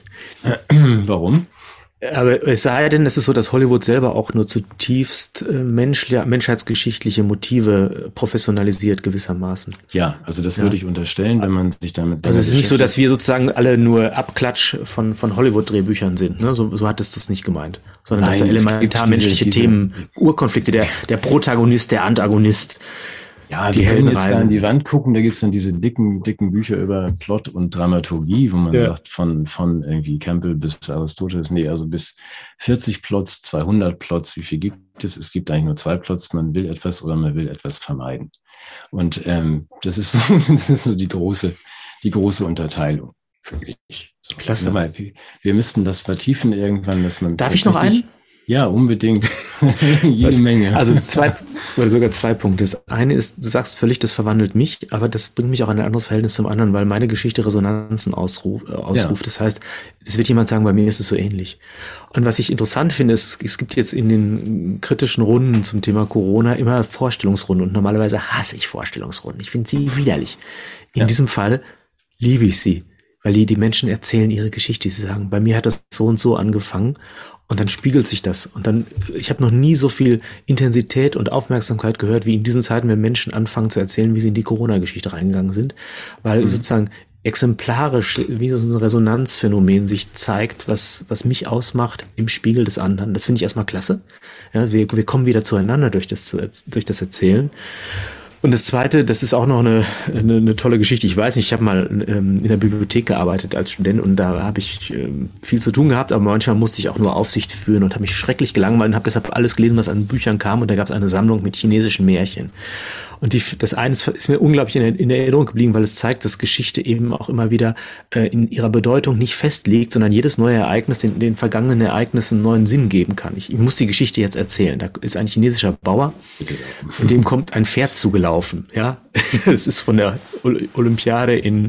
Warum? Aber es sei denn, es ist so, dass Hollywood selber auch nur zutiefst menschheitsgeschichtliche Motive professionalisiert gewissermaßen. Ja, also das würde ich unterstellen, wenn man sich damit... Also es ist nicht so, dass wir sozusagen alle nur Abklatsch von Hollywood-Drehbüchern sind. Ne? So hattest du es nicht gemeint. Sondern dass da elementar menschliche Themen, Urkonflikte, der Protagonist, der Antagonist... Ja, die können jetzt da an die Wand gucken, da gibt's dann diese dicken Bücher über Plot und Dramaturgie, wo man sagt, von irgendwie Campbell bis Aristoteles, also bis 40 Plots, 200 Plots, wie viel gibt es? Es gibt eigentlich nur 2 Plots, man will etwas oder man will etwas vermeiden. Und das ist so die große Unterteilung für mich. So, klasse. Wir müssten das vertiefen irgendwann, dass man... Darf ich noch einen? Ja, unbedingt. Jede Menge. Also sogar 2 Punkte. Das eine ist, du sagst völlig, das verwandelt mich, aber das bringt mich auch in ein anderes Verhältnis zum anderen, weil meine Geschichte Resonanzen ausruft. Das heißt, es wird jemand sagen, bei mir ist es so ähnlich. Und was ich interessant finde, ist, es gibt jetzt in den kritischen Runden zum Thema Corona immer Vorstellungsrunden und normalerweise hasse ich Vorstellungsrunden. Ich finde sie widerlich. In diesem Fall liebe ich sie, weil die Menschen erzählen ihre Geschichte. Sie sagen, bei mir hat das so und so angefangen. Und dann spiegelt sich das. Und dann, ich habe noch nie so viel Intensität und Aufmerksamkeit gehört, wie in diesen Zeiten, wenn Menschen anfangen zu erzählen, wie sie in die Corona-Geschichte reingegangen sind. Weil sozusagen exemplarisch, wie so ein Resonanzphänomen sich zeigt, was mich ausmacht im Spiegel des anderen. Das finde ich erstmal klasse. Ja, wir kommen wieder zueinander durch das Erzählen. Und das Zweite, das ist auch noch eine tolle Geschichte. Ich weiß nicht, ich habe mal in der Bibliothek gearbeitet als Student und da habe ich viel zu tun gehabt, aber manchmal musste ich auch nur Aufsicht führen und habe mich schrecklich gelangweilt und habe deshalb alles gelesen, was an Büchern kam, und da gab es eine Sammlung mit chinesischen Märchen. Und das eine ist mir unglaublich in Erinnerung geblieben, weil es zeigt, dass Geschichte eben auch immer wieder in ihrer Bedeutung nicht festlegt, sondern jedes neue Ereignis den vergangenen Ereignissen einen neuen Sinn geben kann. Ich muss die Geschichte jetzt erzählen. Da ist ein chinesischer Bauer, und dem kommt ein Pferd zugelaufen. Ja, das ist von der Olympiade in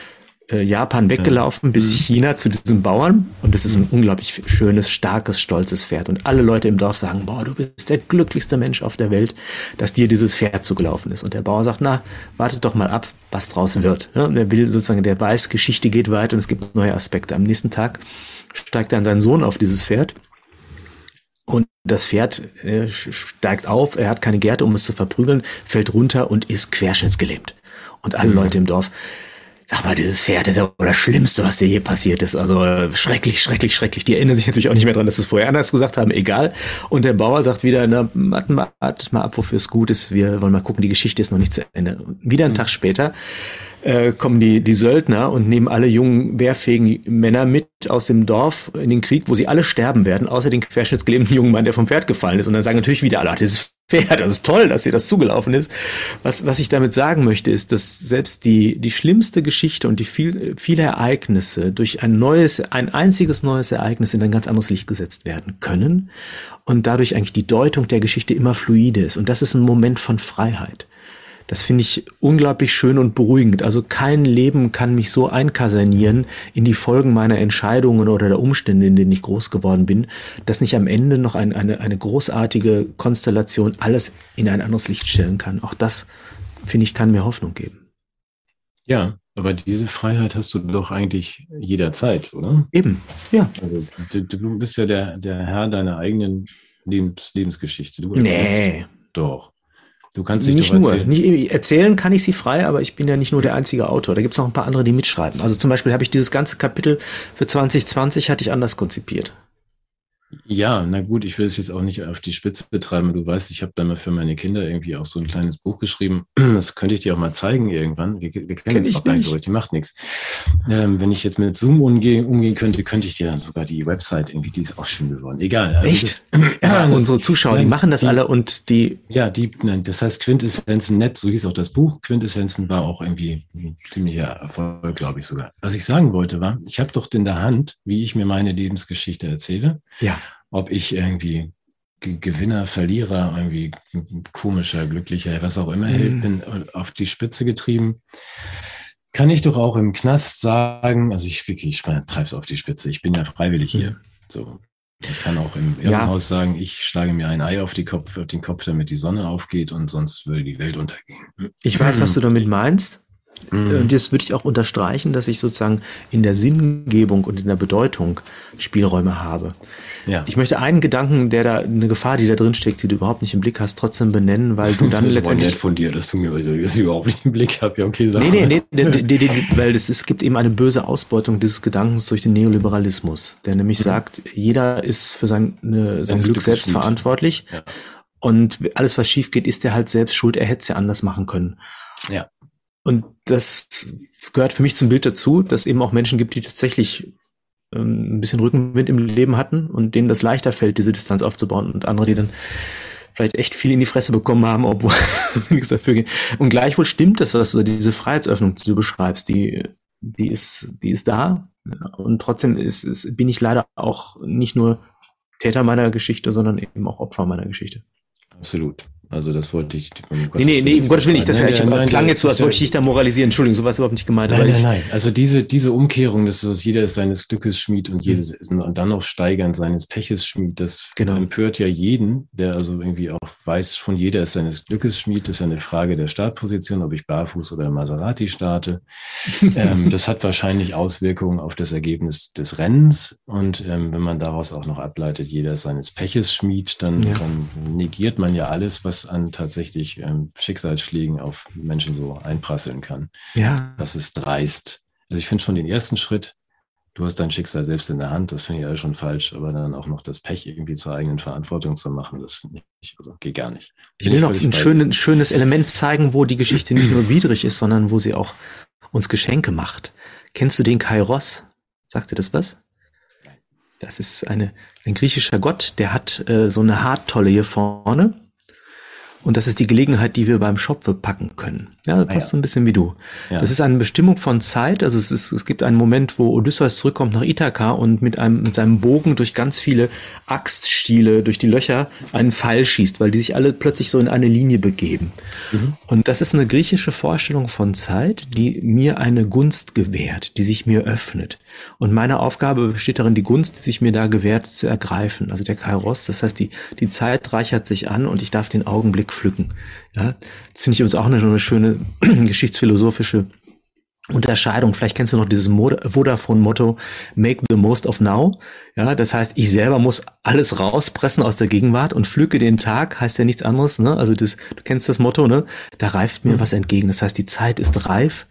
Japan weggelaufen bis China zu diesem Bauern, und das ist ein unglaublich schönes, starkes, stolzes Pferd, und alle Leute im Dorf sagen, boah, du bist der glücklichste Mensch auf der Welt, dass dir dieses Pferd zugelaufen ist. Und der Bauer sagt, na, wartet doch mal ab, was draus wird. Ja, und er will sozusagen, der weiß, Geschichte geht weiter und es gibt neue Aspekte. Am nächsten Tag steigt dann sein Sohn auf dieses Pferd, und das Pferd steigt auf, er hat keine Gerte, um es zu verprügeln, fällt runter und ist querschnittsgelähmt. Und alle Leute im Dorf sag mal, dieses Pferd ist ja wohl das Schlimmste, was dir je passiert ist. Also schrecklich, schrecklich, schrecklich. Die erinnern sich natürlich auch nicht mehr dran, dass sie es vorher anders gesagt haben, egal. Und der Bauer sagt wieder, na, wartet mal ab, wofür es gut ist. Wir wollen mal gucken, die Geschichte ist noch nicht zu Ende. Und wieder einen Tag später kommen die Söldner und nehmen alle jungen, wehrfähigen Männer mit aus dem Dorf in den Krieg, wo sie alle sterben werden, außer den querschnittsgelähmten jungen Mann, der vom Pferd gefallen ist. Und dann sagen natürlich wieder alle, dieses Pferd, das ist toll, dass dir das zugelaufen ist. Was ich damit sagen möchte, ist, dass selbst die schlimmste Geschichte und die viele Ereignisse durch ein einziges neues Ereignis in ein ganz anderes Licht gesetzt werden können und dadurch eigentlich die Deutung der Geschichte immer fluide ist. Und das ist ein Moment von Freiheit. Das finde ich unglaublich schön und beruhigend. Also kein Leben kann mich so einkasernieren in die Folgen meiner Entscheidungen oder der Umstände, in denen ich groß geworden bin, dass nicht am Ende noch eine großartige Konstellation alles in ein anderes Licht stellen kann. Auch das, finde ich, kann mir Hoffnung geben. Ja, aber diese Freiheit hast du doch eigentlich jederzeit, oder? Eben, ja. Also du bist ja der Herr deiner eigenen Lebensgeschichte. Nee. Doch. Du kannst dich nicht doch nur. erzählen. Erzählen kann ich sie frei, aber ich bin ja nicht nur der einzige Autor. Da gibt es noch ein paar andere, die mitschreiben. Also zum Beispiel habe ich dieses ganze Kapitel für 2020 hatte ich anders konzipiert. Ja, na gut, ich will es jetzt auch nicht auf die Spitze betreiben. Du weißt, ich habe da mal für meine Kinder irgendwie auch so ein kleines Buch geschrieben. Das könnte ich dir auch mal zeigen irgendwann. Wir kennen uns auch gar nicht so richtig, macht nichts. Wenn ich jetzt mit Zoom umgehen könnte ich dir dann sogar die Website irgendwie, die ist auch schön geworden. Egal. Also echt? Unsere Zuschauer, die machen das alle und die... Ja, das heißt Quintessenzen Net, so hieß auch das Buch. Quintessenzen war auch irgendwie ein ziemlicher Erfolg, glaube ich sogar. Was ich sagen wollte war, ich habe doch in der Hand, wie ich mir meine Lebensgeschichte erzähle. Ja. Ob ich irgendwie Gewinner, Verlierer, irgendwie komischer, glücklicher, was auch immer, bin auf die Spitze getrieben. Kann ich doch auch im Knast sagen, also ich treibe es auf die Spitze, ich bin ja freiwillig hier. So. Ich kann auch im Irrenhaus sagen, ich schlage mir ein Ei auf den Kopf, damit die Sonne aufgeht und sonst würde die Welt untergehen. Ich weiß, was du damit meinst. Und das würde ich auch unterstreichen, dass ich sozusagen in der Sinngebung und in der Bedeutung Spielräume habe. Ja. Ich möchte einen Gedanken, eine Gefahr, die da drin steckt, die du überhaupt nicht im Blick hast, trotzdem benennen, weil du dann letztendlich... Das war nett von dir, dass du mir das überhaupt nicht im Blick hast. Ja, okay, sag mal. Nee, weil es gibt eben eine böse Ausbeutung dieses Gedankens durch den Neoliberalismus, der nämlich sagt, jeder ist für sein Glück selbst verantwortlich. Ja. Und alles, was schief geht, ist er halt selbst schuld. Er hätte es ja anders machen können. Ja. Und das gehört für mich zum Bild dazu, dass eben auch Menschen gibt, die tatsächlich ein bisschen Rückenwind im Leben hatten und denen das leichter fällt, diese Distanz aufzubauen und andere, die dann vielleicht echt viel in die Fresse bekommen haben, obwohl nichts dafür geht. Und gleichwohl stimmt das, was du, diese Freiheitsöffnung, die du beschreibst, die ist da. Und trotzdem bin ich leider auch nicht nur Täter meiner Geschichte, sondern eben auch Opfer meiner Geschichte. Absolut. Also das wollte ich... Um Gottes Willen nicht. Ich klang jetzt so, als wollte ich dich da moralisieren. Entschuldigung, so war es überhaupt nicht gemeint. Nein. Also diese Umkehrung, dass jeder ist seines Glückes Schmied und und dann noch steigern seines Peches Schmied, das empört ja jeden, der also irgendwie auch weiß, schon jeder ist seines Glückes Schmied. Das ist eine Frage der Startposition, ob ich barfuß oder Maserati starte. Das hat wahrscheinlich Auswirkungen auf das Ergebnis des Rennens. Und wenn man daraus auch noch ableitet, jeder ist seines Peches Schmied, dann negiert man ja alles, was an tatsächlich Schicksalsschlägen auf Menschen so einprasseln kann. Ja. Das ist dreist. Also ich finde schon den ersten Schritt, du hast dein Schicksal selbst in der Hand, das finde ich alles schon falsch, aber dann auch noch das Pech irgendwie zur eigenen Verantwortung zu machen, das geht gar nicht. Ich will noch ein schönes Element zeigen, wo die Geschichte nicht nur widrig ist, sondern wo sie auch uns Geschenke macht. Kennst du den Kairos? Sagt dir das was? Das ist ein griechischer Gott, der hat so eine Harttolle hier vorne. Und das ist die Gelegenheit, die wir beim Schopfe packen können. Ja, das passt so ein bisschen wie du. Ja. Das ist eine Bestimmung von Zeit. Also es gibt einen Moment, wo Odysseus zurückkommt nach Ithaka und mit seinem Bogen durch ganz viele Axtstiele, durch die Löcher, einen Pfeil schießt, weil die sich alle plötzlich so in eine Linie begeben. Mhm. Und das ist eine griechische Vorstellung von Zeit, die mir eine Gunst gewährt, die sich mir öffnet. Und meine Aufgabe besteht darin, die Gunst, die sich mir da gewährt, zu ergreifen. Also der Kairos, das heißt, die Zeit reichert sich an und ich darf den Augenblick pflücken. Ja, das finde ich übrigens auch eine schöne geschichtsphilosophische Unterscheidung. Vielleicht kennst du noch dieses Vodafone-Motto, make the most of now. Ja, das heißt, ich selber muss alles rauspressen aus der Gegenwart und pflücke den Tag, heißt ja nichts anderes, ne? Also du kennst das Motto, ne? Da reift mir was entgegen. Das heißt, die Zeit ist reif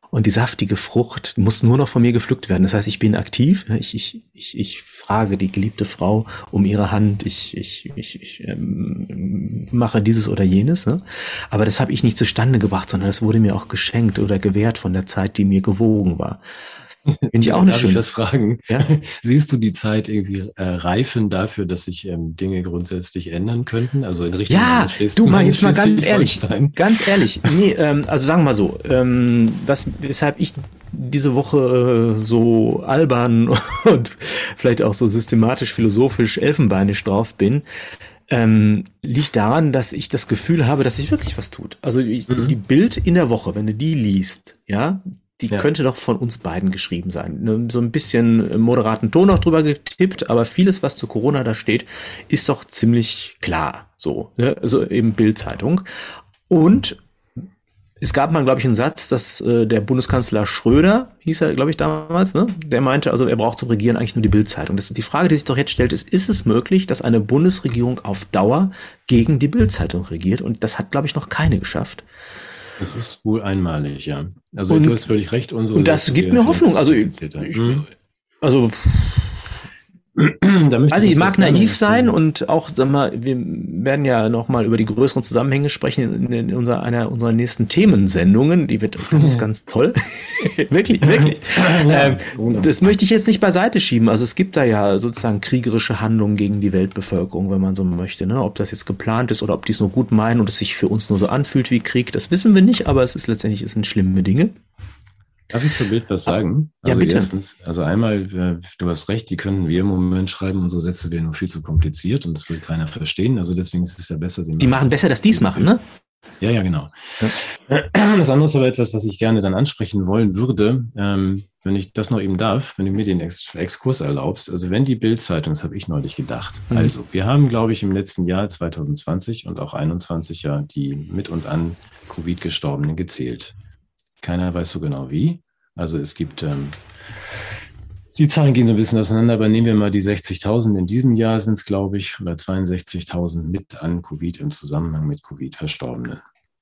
und die saftige Frucht muss nur noch von mir gepflückt werden. Das heißt, ich bin aktiv, ich frage die geliebte Frau um ihre Hand, ich mache dieses oder jenes, ne? Aber das habe ich nicht zustande gebracht, sondern das wurde mir auch geschenkt oder gewährt von der Zeit, die mir gewogen war. Finde ich auch eine Darf schöne. ich das fragen? Ja? Siehst du die Zeit irgendwie reifen dafür, dass sich Dinge grundsätzlich ändern könnten? Also in Richtung Ja, du mal jetzt mal ganz ehrlich, nee, also sagen wir mal so, weshalb ich diese Woche so albern und vielleicht auch so systematisch, philosophisch, elfenbeinisch drauf bin, liegt daran, dass ich das Gefühl habe, dass sich wirklich was tut. Also die Bild in der Woche, wenn du die liest, ja, die könnte doch von uns beiden geschrieben sein. So ein bisschen moderaten Ton noch drüber getippt, aber vieles, was zu Corona da steht, ist doch ziemlich klar. So, ne? Also eben Bild-Zeitung. Und es gab mal, glaube ich, einen Satz, dass der Bundeskanzler Schröder, hieß er, glaube ich, damals, ne? Der meinte, also er braucht zum Regieren eigentlich nur die Bild-Zeitung. Die Frage, die sich doch jetzt stellt, ist es möglich, dass eine Bundesregierung auf Dauer gegen die Bild-Zeitung regiert? Und das hat, glaube ich, noch keine geschafft. Das ist wohl einmalig, ja. Also du hast völlig recht. Und das gibt mir Hoffnung. Also ich mag naiv sein und auch, sag mal, wir werden ja noch mal über die größeren Zusammenhänge sprechen in einer unserer nächsten Themensendungen. Die wird ganz, ganz toll. Wirklich. Das möchte ich jetzt nicht beiseite schieben. Also es gibt da ja sozusagen kriegerische Handlungen gegen die Weltbevölkerung, wenn man so möchte. Ne? Ob das jetzt geplant ist oder ob die es nur gut meinen und es sich für uns nur so anfühlt wie Krieg, das wissen wir nicht. Aber es sind schlimme Dinge. Darf ich zu Bild was sagen? Ja, bitte. Erstens, also einmal, du hast recht, die können wir im Moment schreiben, unsere Sätze wären nur viel zu kompliziert und das will keiner verstehen. Also deswegen ist es ja besser. Die machen besser, dass die es machen, ne? Ja, genau. Ja. Das andere ist aber etwas, was ich gerne dann ansprechen wollen würde, wenn ich das noch eben darf, wenn du mir den Exkurs erlaubst. Also wenn die Bild-Zeitung, das habe ich neulich gedacht. Also wir haben, glaube ich, im letzten Jahr 2020 und auch 2021 ja die mit und an Covid Gestorbenen gezählt. Keiner weiß so genau wie. Also es gibt, die Zahlen gehen so ein bisschen auseinander, aber nehmen wir mal die 60.000 in diesem Jahr sind es, glaube ich, oder 62.000 mit an Covid im Zusammenhang mit Covid Verstorbenen.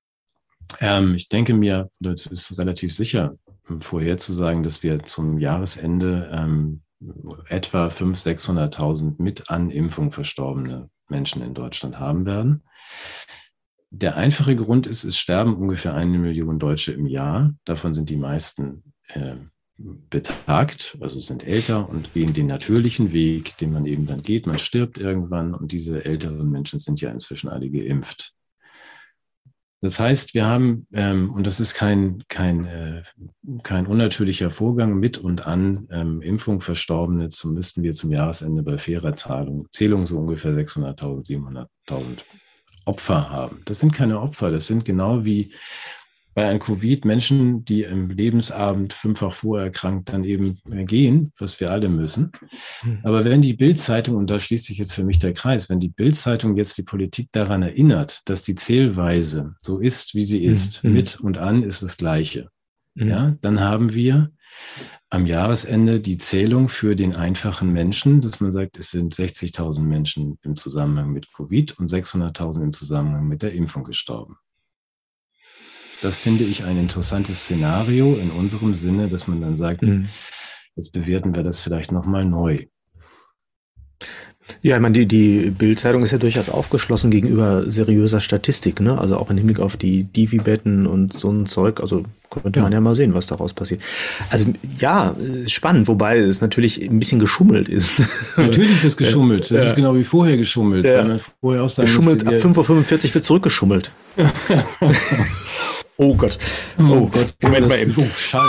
Ich denke mir, oder es ist relativ sicher vorherzusagen, dass wir zum Jahresende etwa 500.000, 600.000 mit an Impfung verstorbene Menschen in Deutschland haben werden. Der einfache Grund ist, es sterben ungefähr 1 Million Deutsche im Jahr. Davon sind die meisten betagt, also sind älter und gehen den natürlichen Weg, den man eben dann geht. Man stirbt irgendwann und diese älteren Menschen sind ja inzwischen alle geimpft. Das heißt, wir haben, und das ist kein unnatürlicher Vorgang, mit und an Impfung Verstorbene, müssten wir zum Jahresende bei fairer Zählung so ungefähr 600.000, 700.000 Opfer haben. Das sind keine Opfer, das sind genau wie bei einem Covid Menschen, die im Lebensabend 5-fach vorerkrankt dann eben gehen, was wir alle müssen. Aber wenn die Bild-Zeitung, und da schließt sich jetzt für mich der Kreis, wenn die Bild-Zeitung jetzt die Politik daran erinnert, dass die Zählweise so ist, wie sie ist, mit und an ist das Gleiche, ja, dann haben wir am Jahresende die Zählung für den einfachen Menschen, dass man sagt, es sind 60.000 Menschen im Zusammenhang mit Covid und 600.000 im Zusammenhang mit der Impfung gestorben. Das finde ich ein interessantes Szenario in unserem Sinne, dass man dann sagt, jetzt bewerten wir das vielleicht nochmal neu. Ja, ich meine, die Bild-Zeitung ist ja durchaus aufgeschlossen gegenüber seriöser Statistik, ne? Also auch im Hinblick auf die Divi-Betten und so ein Zeug. Also könnte man ja mal sehen, was daraus passiert. Also ja, spannend, wobei es natürlich ein bisschen geschummelt ist. Natürlich ist es geschummelt. Das ist genau wie vorher geschummelt. Ja. Weil man vorher auch sagen geschummelt, ab 5:45 Uhr wird zurückgeschummelt. Oh Gott. Oh Gott. Moment mal eben. Oh, schade.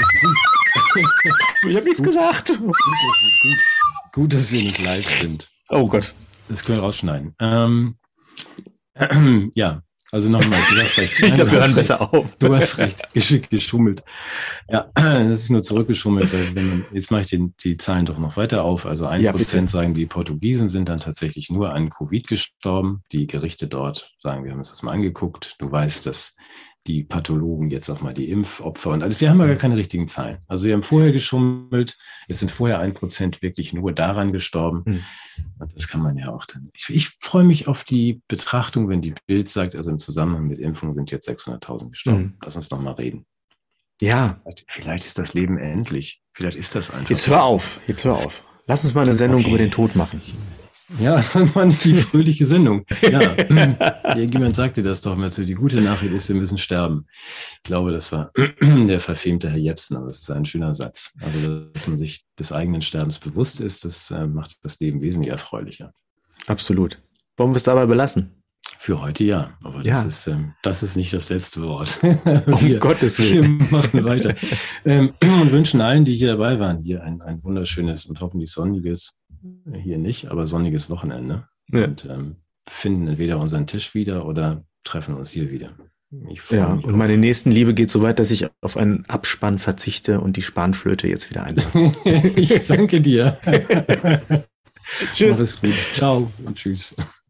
Ich habe nichts gesagt. Gut, dass wir nicht live sind. Oh Gott. Das können wir rausschneiden. Ja, also nochmal, du hast recht. Ich glaube, wir hören besser auf. Du hast recht, geschickt geschummelt. Ja, das ist nur zurückgeschummelt, weil jetzt mache ich die Zahlen doch noch weiter auf. Also 1% sagen, die Portugiesen sind dann tatsächlich nur an Covid gestorben. Die Gerichte dort sagen, wir haben uns das mal angeguckt. Du weißt, dass die Pathologen jetzt auch mal die Impfopfer und alles. Wir haben ja gar keine richtigen Zahlen. Also wir haben vorher geschummelt. Es sind vorher 1% wirklich nur daran gestorben. Und das kann man ja auch dann. Ich freue mich auf die Betrachtung, wenn die Bild sagt, also im Zusammenhang mit Impfung sind jetzt 600.000 gestorben. Lass uns noch mal reden. Ja, Vielleicht ist das Leben endlich. Vielleicht ist das einfach. jetzt hör auf. Lass uns mal eine Sendung über den Tod machen. Ja, dann war nicht die fröhliche Sendung. Ja, irgendjemand sagte das doch mal so, die gute Nachricht ist, wir müssen sterben. Ich glaube, das war der verfemte Herr Jepsen, aber das ist ein schöner Satz. Also, dass man sich des eigenen Sterbens bewusst ist, das macht das Leben wesentlich erfreulicher. Absolut. Wollen wir es dabei belassen? Für heute ja, aber Ja. das ist nicht das letzte Wort. Um Gottes Willen. Wir machen weiter. Und wünschen allen, die hier dabei waren, hier ein wunderschönes und hoffentlich sonniges, hier nicht, aber sonniges Wochenende. Ja. Und finden entweder unseren Tisch wieder oder treffen uns hier wieder. Ich freue mich Und meine Nächstenliebe geht so weit, dass ich auf einen Abspann verzichte und die Spanflöte jetzt wieder einlade. Ich danke dir. Tschüss. Mach es gut. Ciao und tschüss.